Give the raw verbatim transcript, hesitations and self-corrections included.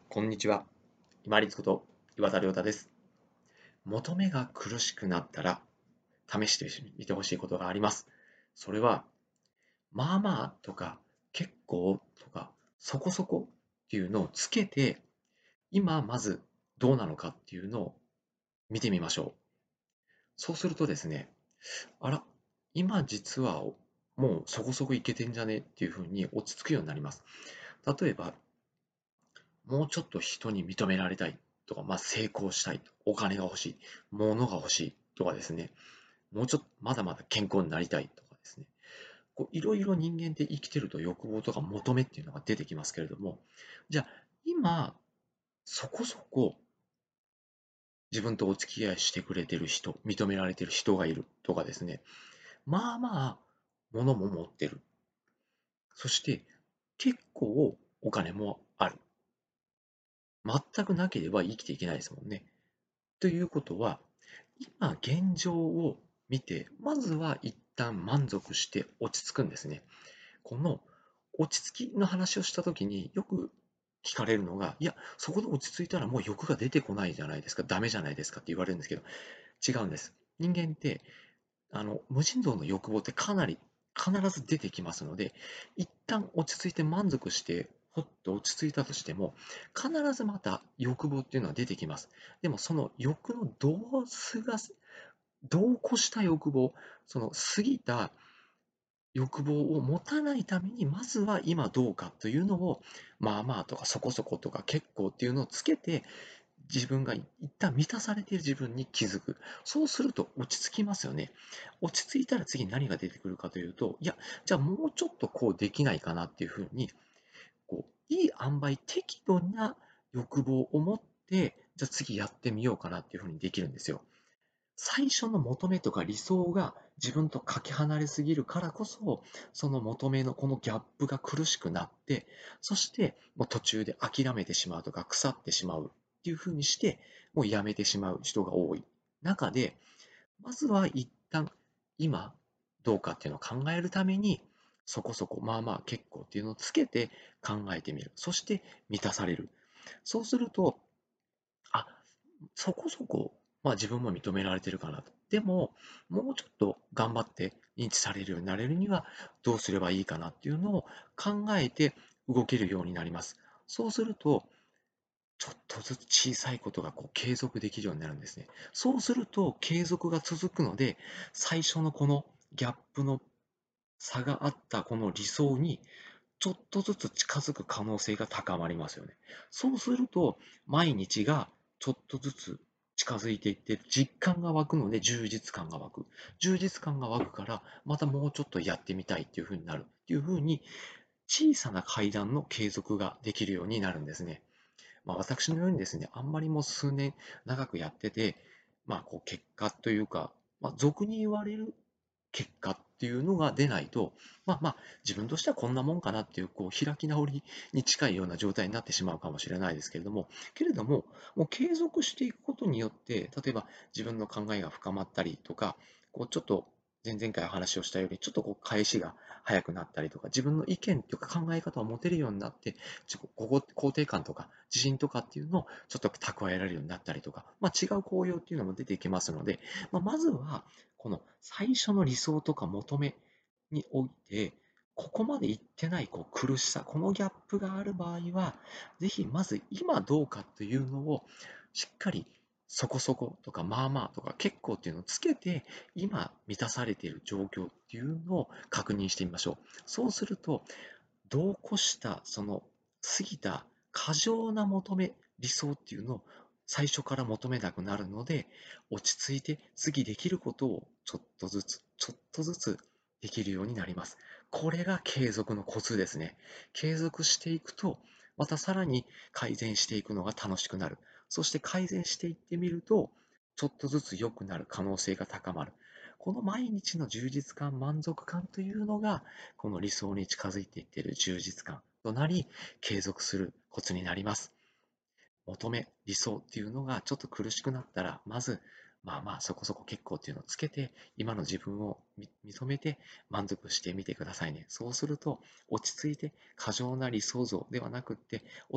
こんにちは。今立こと岩田亮太です。求めが苦しくなったら試してみてほしいことがあります。それは、まあまあとか、結構とか、そこそこっていうのをつけて、今まずどうなのかっていうのを見てみましょう。そうするとですね、あら、今実はもうそこそこいけてんじゃねっていうふうに落ち着くようになります。例えば、もうちょっと人に認められたいとか、まあ、成功したい、お金が欲しい、物が欲しいとかですね、もうちょっとまだまだ健康になりたいとかですね、こういろいろ人間って生きてると欲望とか求めっていうのが出てきますけれども、じゃあ今、そこそこ自分とお付き合いしてくれてる人、認められてる人がいるとかですね、まあまあ、物も持ってる。そして結構お金もある。全くなければ生きていけないですもんね。ということは、今現状を見て、まずは一旦満足して落ち着くんですね。この落ち着きの話をしたときによく聞かれるのが、いや、そこで落ち着いたらもう欲が出てこないじゃないですか、ダメじゃないですかって言われるんですけど、違うんです。人間って、あの、無尽蔵の欲望ってかなり必ず出てきますので、一旦落ち着いて満足して、ほっと落ち着いたとしても、必ずまた欲望っていうのは出てきます。でもその欲の度をすが度を越した欲望、その過ぎた欲望を持たないために、まずは今どうかというのを、まあまあとかそこそことか結構っていうのをつけて、自分が一旦満たされている自分に気づく。そうすると落ち着きますよね。落ち着いたら次何が出てくるかというと、いや、じゃあもうちょっとこうできないかなっていうふうに、こう、いい塩梅、適度な欲望を持って、じゃあ次やってみようかなっていうふうにできるんですよ。最初の求めとか理想が自分とかけ離れすぎるからこそ、その求めのこのギャップが苦しくなって、そしてもう途中で諦めてしまうとか腐ってしまうっていうふうにして、もうやめてしまう人が多い中で、まずは一旦今どうかっていうのを考えるために、そこそこまあまあ結構っていうのをつけて考えてみる。そして満たされる。そうすると、あ、そこそこ、まあ自分も認められてるかなと。でも、もうちょっと頑張って認知されるようになれるにはどうすればいいかなっていうのを考えて動けるようになります。そうすると、ちょっとずつ小さいことがこう継続できるようになるんですね。そうすると継続が続くので、最初のこのギャップの差があったこの理想にちょっとずつ近づく可能性が高まりますよね。そうすると、毎日がちょっとずつ近づいていって、実感が湧くので充実感が湧く。充実感が湧くから、またもうちょっとやってみたいっていう風になる。っていう風に、小さな階段の継続ができるようになるんですね。まあ、私のようにですね、あんまりもう数年長くやってて、まあ、こう結果というか、まあ、俗に言われる結果っていうのが出ないと、まあまあ、自分としてはこんなもんかなっていう、こう、開き直りに近いような状態になってしまうかもしれないですけれども、けれども、もう継続していくことによって、例えば自分の考えが深まったりとか、こう、ちょっと前々回お話をしたように、ちょっとこう返しが早くなったりとか、自分の意見というか考え方を持てるようになって、自己肯定感とか自信とかっていうのをちょっと蓄えられるようになったりとか、まあ、違う効用っていうのも出てきますので、まあ、まずはこの最初の理想とか求めにおいて、ここまでいってないこう苦しさ、このギャップがある場合は、ぜひまず今どうかというのをしっかりそこそことかまあまあとか結構っていうのをつけて、今満たされている状況っていうのを確認してみましょう。そうすると、度を越したその過ぎた過剰な求め、理想っていうのを最初から求めなくなるので、落ち着いて次できることをちょっとずつ、ちょっとずつできるようになります。これが継続のコツですね。継続していくと、またさらに改善していくのが楽しくなる。そして改善していってみると、ちょっとずつ良くなる可能性が高まる。この毎日の充実感、満足感というのが、この理想に近づいていっている充実感となり、継続するコツになります。求め、理想っていうのがちょっと苦しくなったら、まず、まあまあそこそこ結構っていうのをつけて、今の自分を認めて満足してみてくださいね。そうすると、落ち着いて過剰な理想像ではなくって、